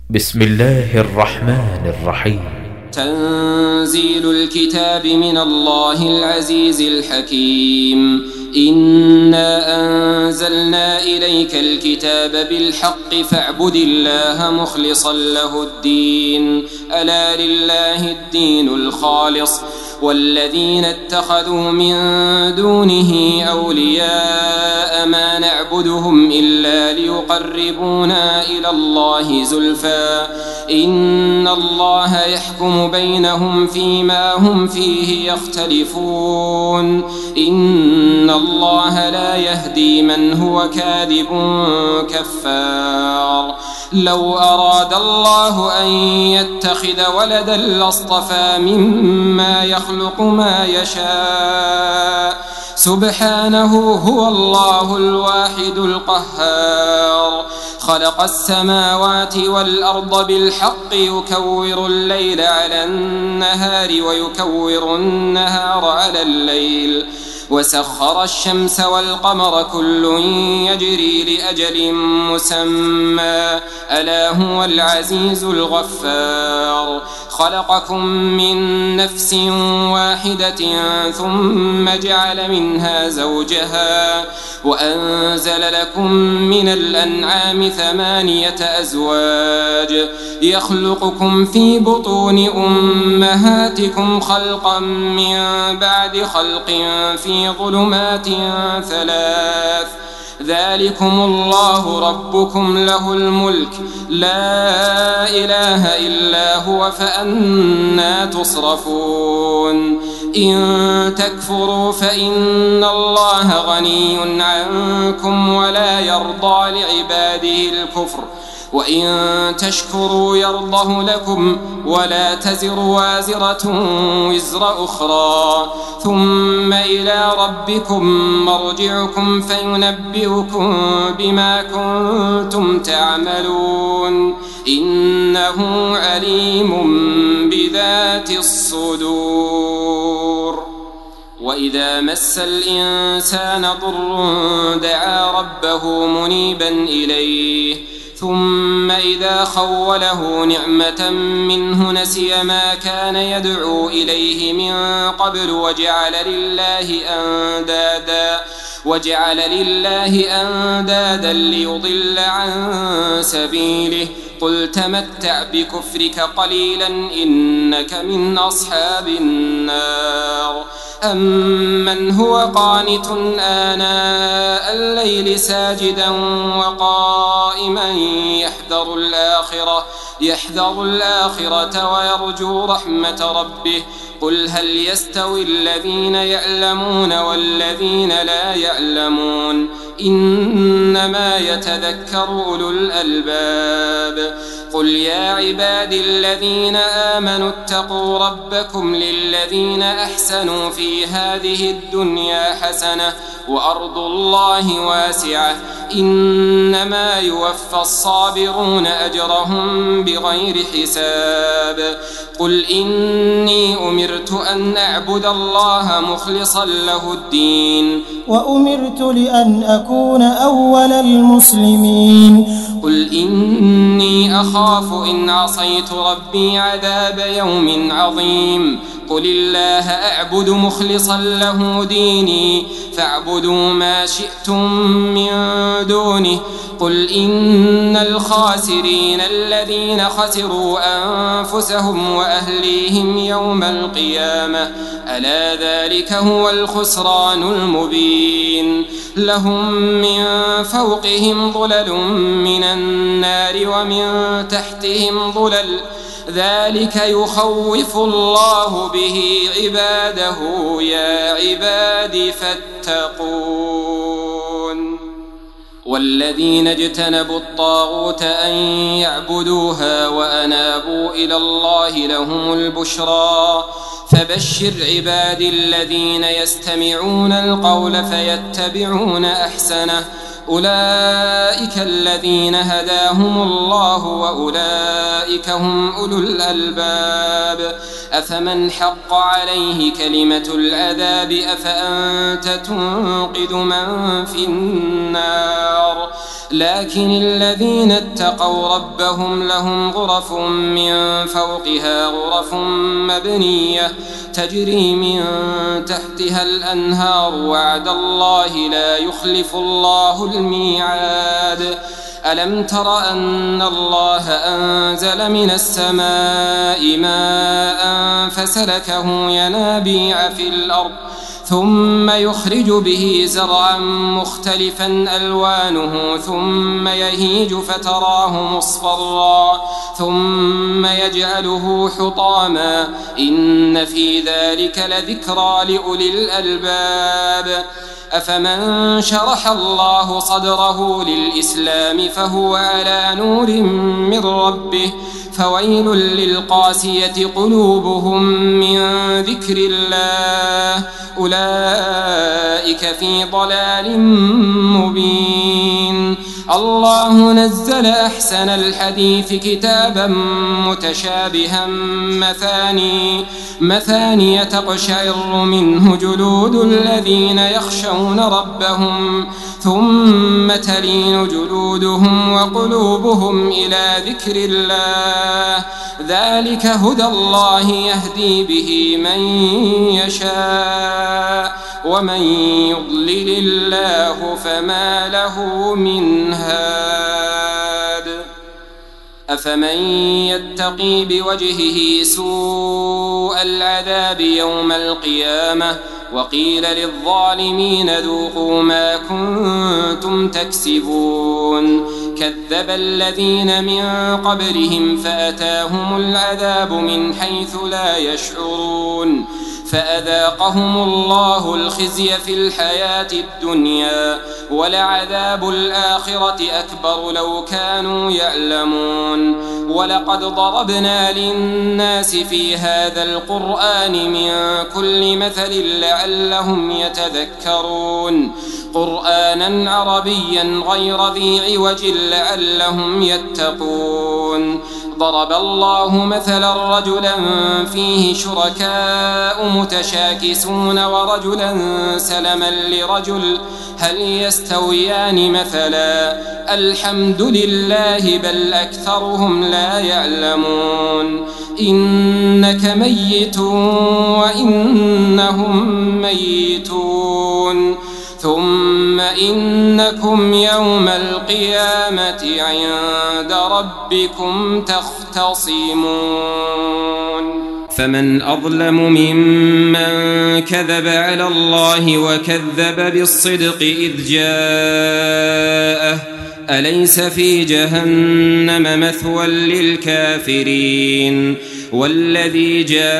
بسم الله الرحمن الرحيم. تنزيل الكتاب من الله العزيز الحكيم. إنا أنزلنا إليك الكتاب بالحق فاعبد الله مخلصا له الدين ألا لله الدين الخالص والذين اتخذوا من دونه أولياء ما نعبدهم إلا ليقربونا إلى الله زلفى إن الله يحكم بينهم فيما هم فيه يختلفون إن الله لا يهدي من هو كاذب كفار. لو أراد الله أن يتخذ ولدا لاصطفى مما يخلق ما يشاء سبحانه هو الله الواحد القهار. خلق السماوات والأرض بالحق يكور الليل على النهار ويكور النهار على الليل وسخر الشمس والقمر كل يجري لأجل مسمى ألا هو العزيز الغفار. خلقكم من نفس واحدة ثم جعل منها زوجها وأنزل لكم من الأنعام 8 أزواج يخلقكم في بطون أمهاتكم خلقا من بعد خلق في ظلمات 3 ذلكم الله ربكم له الملك لا إله إلا هو فأنى تصرفون. إن تكفروا فإن الله غني عنكم ولا يرضى لعباده الكفر وإن تشكروا يرضه لكم ولا تزر وازرة وزر أخرى ثم إلى ربكم مرجعكم فينبئكم بما كنتم تعملون إنه عليم بذات الصدور. وإذا مس الإنسان ضر دعا ربه منيبا إليه ثم إذا خوله نعمة منه نسي ما كان يدعو إليه من قبل وجعل لله أندادا ليضل عن سبيله قل تمتع بكفرك قليلا إنك من أصحاب النار. أمن هو قانت آناء الليل ساجدا وقائما يحذر الآخرة ويرجو رحمة ربه قل هل يستوي الذين يعلمون والذين لا يعلمون إنما يتذكر أولو الألباب. قل يا عبادي الذين آمنوا اتقوا ربكم للذين أحسنوا في هذه الدنيا حسنة وأرض الله واسعة إنما يوفى الصابرون أجرهم بغير حساب. قل إني أمرت أن أعبد الله مخلصا له الدين وأمرت لأن أكون أول المسلمين. قل إني أخاف إن عصيت ربي عذاب يوم عظيم. قل الله أعبد مخلصا له ديني فاعبدوا ما شئتم من دونه. قل إن الخاسرين الذين خسروا أنفسهم وأهليهم يوم القيامة ألا ذلك هو الخسران المبين. لهم من فوقهم ظلل من النار ومن تحتهم ظلل ذلك يخوف الله به عباده يا عباد فاتقون. والذين اجتنبوا الطاغوت أن يعبدوها وأنابوا إلى الله لهم البشرى فبشر عبادي الذين يستمعون القول فيتبعون أحسنه أولئك الذين هداهم الله وأولئك هم أولو الألباب. أفمن حق عليه كلمة العذاب أفأنت تنقذ من في النار لكن الذين اتقوا ربهم لهم غرف من فوقها غرف مبنية تجري من تحتها الأنهار وعد الله لا يخلف الله الميعاد. ألم تر أن الله أنزل من السماء ماء فسلكه ينابيع في الأرض ثم يخرج به زرعا مختلفا ألوانه ثم يهيج فتراه مصفرا ثم يجعله حطاما إن في ذلك لذكرى لأولي الألباب. أفمن شرح الله صدره للإسلام فهو على نور من ربه فويل للقاسية قلوبهم من ذكر الله أولئك في ضلال مبين. الله نزل أحسن الحديث كتابا متشابها مثاني تقشعر منه جلود الذين يخشون ربهم ثم تلين جلودهم وقلوبهم إلى ذكر الله ذلك هدى الله يهدي به من يشاء ومن يضلل الله فما له من هاد. أفمن يتقي بوجهه سوء العذاب يوم القيامة وقيل للظالمين ذوقوا ما كنتم تكسبون كذب الذين من قبلهم فأتاهم العذاب من حيث لا يشعرون فأذاقهم الله الخزي في الحياة الدنيا ولعذاب الآخرة أكبر لو كانوا يعلمون. ولقد ضربنا للناس في هذا القرآن من كل مثل لعلهم يتذكرون قرآنا عربيا غير ذي عوج لعلهم يتقون. ضرب الله مثلا رجلا فيه شركاء متشاكسون ورجلا سلما لرجل هل يستويان مثلا الحمد لله بل أكثرهم لا يعلمون. إنك ميت وإنهم ميتون ثم إنكم يوم القيامة عند ربكم تختصمون. فمن أظلم ممن كذب على الله وكذب بالصدق إذ جاءه أليس في جهنم مثوى للكافرين والذي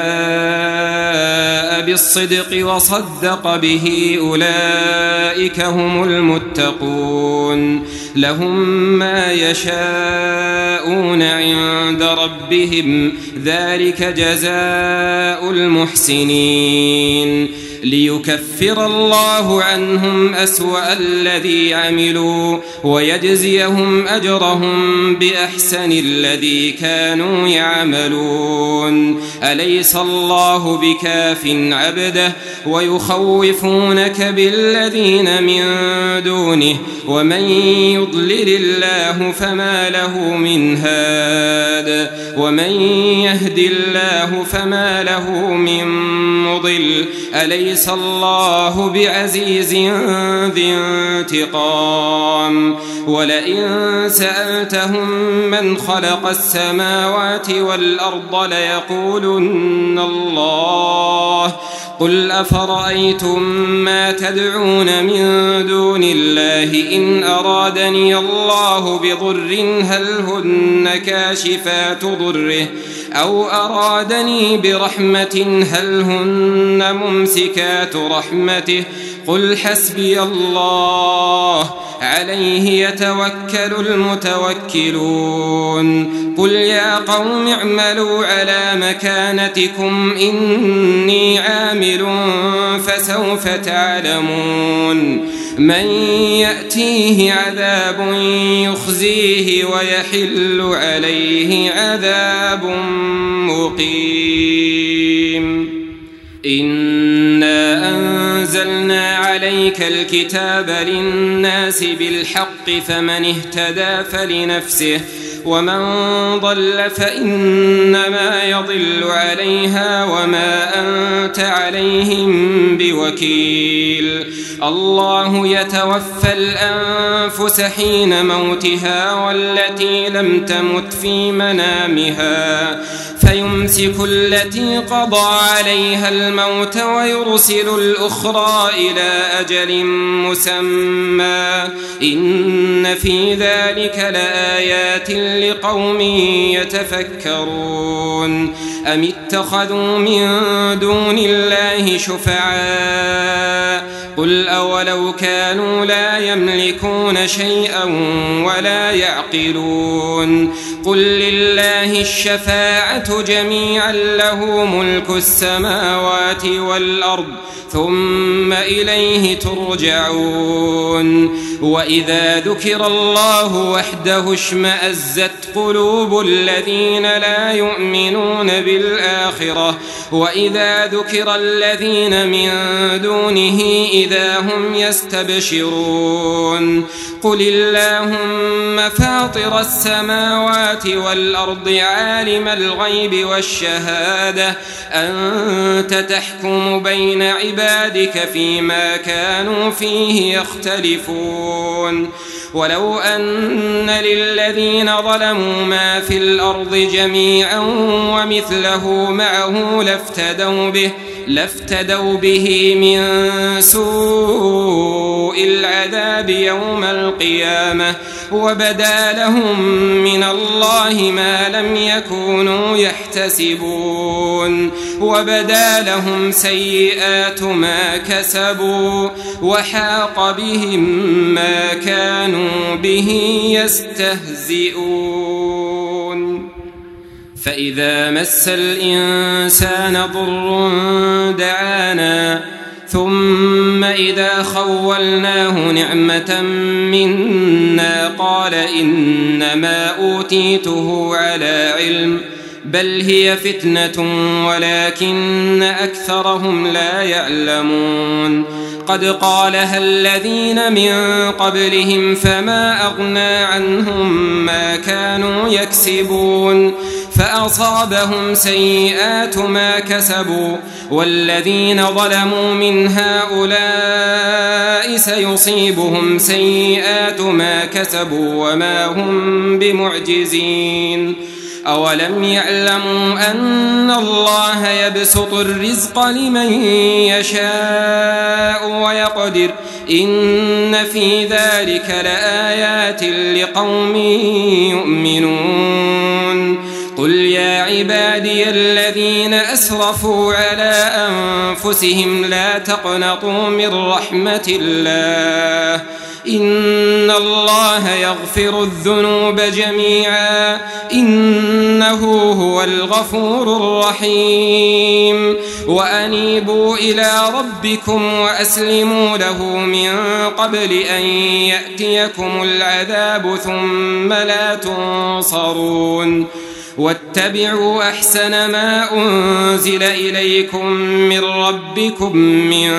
جاء بالصدق وصدق به أولئك هم المتقون لهم ما يشاءون عند ربهم ذلك جزاء المحسنين ليكفر الله عنهم أسوأ الذي عملوا ويجزيهم أجرهم بأحسن الذي كانوا يعملون. أليس الله بكاف عبده ويخوفونك بالذين من دونه ومن يضلل الله فما له من هاد ومن يهد الله فما له من مضل. أليس الله بعزيز ذي انتقام. ولئن سألتهم من خلق السماوات والأرض ليقولن الله قل أفرأيتم ما تدعون من دون الله إن أرادني الله بضر هل هن كاشفات ضره أو أرادني برحمة هل هن ممسكات رحمته قل حسبي الله عليه يتوكل المتوكلون. قل يا قوم اعملوا على مكانتكم إني عامل فسوف تعلمون من يأتيه عذاب يخزيه ويحل عليه عذاب مقيم. إنا أنزلنا عليك الكتاب للناس بالحق فمن اهتدى فلنفسه ومن ضل فإنما يضل عليها وما أنت عليهم بوكيل. الله يتوفى الأنفس حين موتها والتي لم تمت في منامها فيمسك التي قضى عليها الموت ويرسل الأخرى إلى أجل مسمى إن في ذلك لآيات لقوم يتفكرون. أم اتخذوا من دون الله شفعاء قل أولو كانوا لا يملكون شيئا ولا يعقلون قل لله الشفاعة جميعا له ملك السماوات والأرض ثم إليه ترجعون. وإذا ذكر الله وحده اشمأزت قلوب الذين لا يؤمنون بالآخرة وإذا ذكر الذين من دونه إذا هم يستبشرون. قل اللهم فاطر السماوات والأرض عالم الغيب والشهادة أنت تحكم بين عبادك فيما كانوا فيه يختلفون. ولو أن للذين ظلموا ما في الأرض جميعا ومثله معه لافتدوا به من سوء العذاب يوم القيامة وبدا لهم من الله ما لم يكونوا يحتسبون وبدا لهم سيئات ما كسبوا وحاق بهم ما كانوا به يستهزئون. فإذا مس الإنسان ضر دعانا ثم إذا خولناه نعمة منا قال إنما أوتيته على علم بل هي فتنة ولكن أكثرهم لا يعلمون. قد قالها الذين من قبلهم فما أغنى عنهم ما كانوا يكسبون فأصابهم سيئات ما كسبوا والذين ظلموا من هؤلاء سيصيبهم سيئات ما كسبوا وما هم بمعجزين. أولم يعلموا أن الله يبسط الرزق لمن يشاء ويقدر إن في ذلك لآيات لقوم يؤمنون. قل يا عبادي الذين أسرفوا على أنفسهم لا تقنطوا من رحمة الله إن الله يغفر الذنوب جميعا إنه هو الغفور الرحيم. وأنيبوا إلى ربكم وأسلموا له من قبل أن يأتيكم العذاب ثم لا تنصرون. واتبعوا أحسن ما أنزل إليكم من ربكم من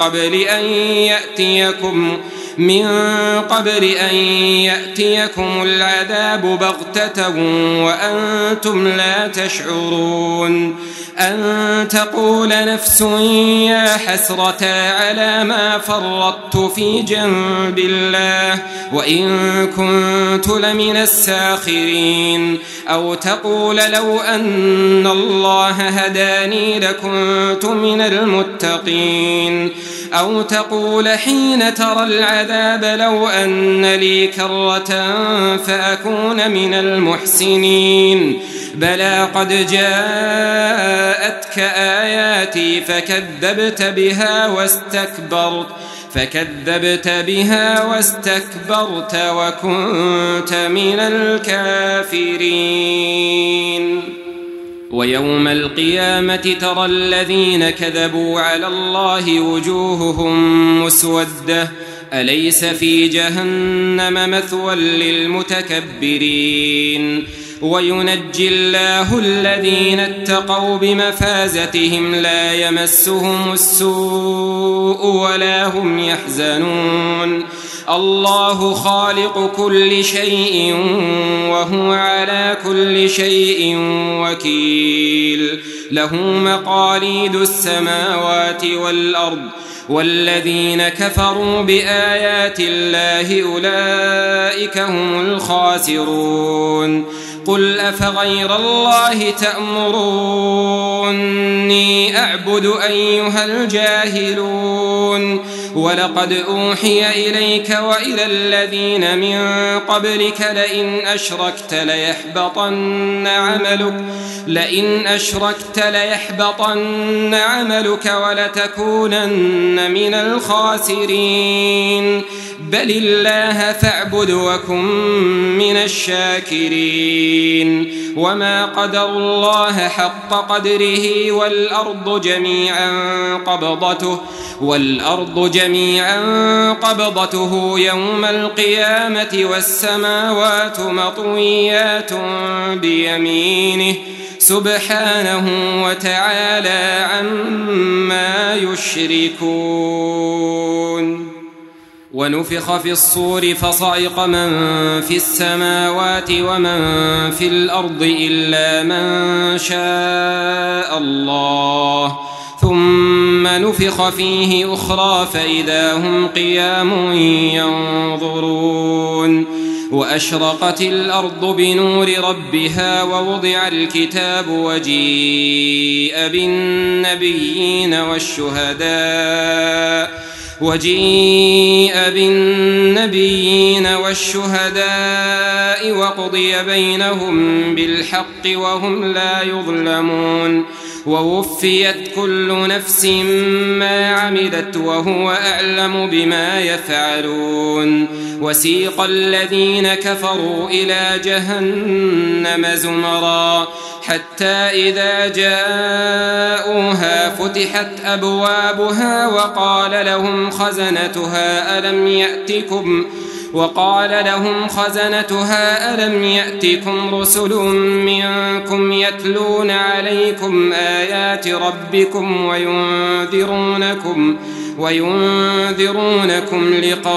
قبل أن يأتيكم العذاب بغتة وأنتم لا تشعرون. أن تقول نفس يا حسرة على ما فرطت في جنب الله وإن كنت لمن الساخرين. أو تقول لو أن الله هداني لكنت من المتقين. أو تقول حين ترى العذاب لو أن لي كرة فأكون من المحسنين. بلى قد جاءتك آياتي فكذبت بها واستكبرت وكنت من الكافرين. ويوم القيامة ترى الذين كذبوا على الله وجوههم مسودة أليس في جهنم مثوى للمتكبرين. وينجي الله الذين اتقوا بمفازتهم لا يمسهم السوء ولا هم يحزنون الله خالق كل شيء وهو على كل شيء وكيل له مقاليد السماوات والأرض والذين كفروا بآيات الله أولئك هم الخاسرون قل أفغير الله تأمروني أعبد أيها الجاهلون ولقد أوحي إليك وإلى الذين من قبلك لئن أشركت ليحبطن عملك ولتكونن من الخاسرين بل الله فاعبد وكن من الشاكرين وما قدر الله حق قدره والأرض جميعا قبضته يوم القيامة والسماوات مطويات بيمينه سبحانه وتعالى عما يشركون ونفخ في الصور فصعق من في السماوات ومن في الأرض إلا من شاء الله ثم نفخ فيه أخرى فإذا هم قيام ينظرون وأشرقت الأرض بنور ربها ووضع الكتاب وجيء بالنبيين والشهداء وقضي بينهم بالحق وهم لا يظلمون ووفيت كل نفس ما عملت وهو أعلم بما يفعلون وسيق الذين كفروا إلى جهنم زمرا حتى إذا جاءوها فتحت أبوابها وقال لهم خزنتها ألم يأتكم رسل منكم يتلون عليكم آيات ربكم وينذرونكم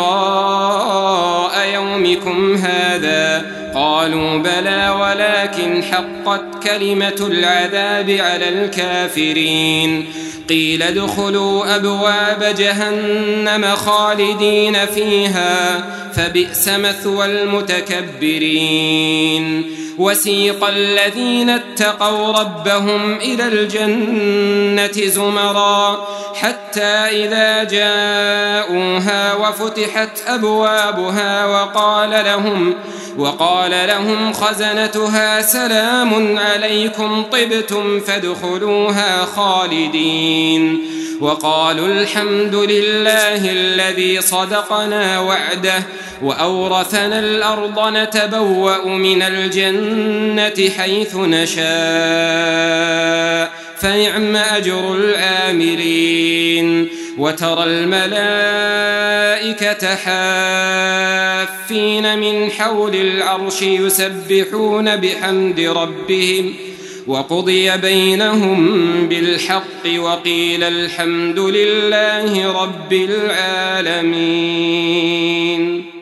لقاء يومكم هذا قالوا بلى ولكن حقت كلمة العذاب على الكافرين قيل ادخلوا أبواب جهنم خالدين فيها فبئس مثوى المتكبرين وسيق الذين اتقوا ربهم إلى الجنة زمرا حتى إذا جاءوها وفتحت أبوابها وقال لهم خزنتها سلام عليكم طبتم فادخلوها خالدين وقالوا الحمد لله الذي صدقنا وعده وأورثنا الأرض نتبوأ من الجنة حيث نشاء فنعم أجر العاملين وترى الملائكة حافين من حول العرش يسبحون بحمد ربهم وقضي بينهم بالحق وقيل الحمد لله رب العالمين.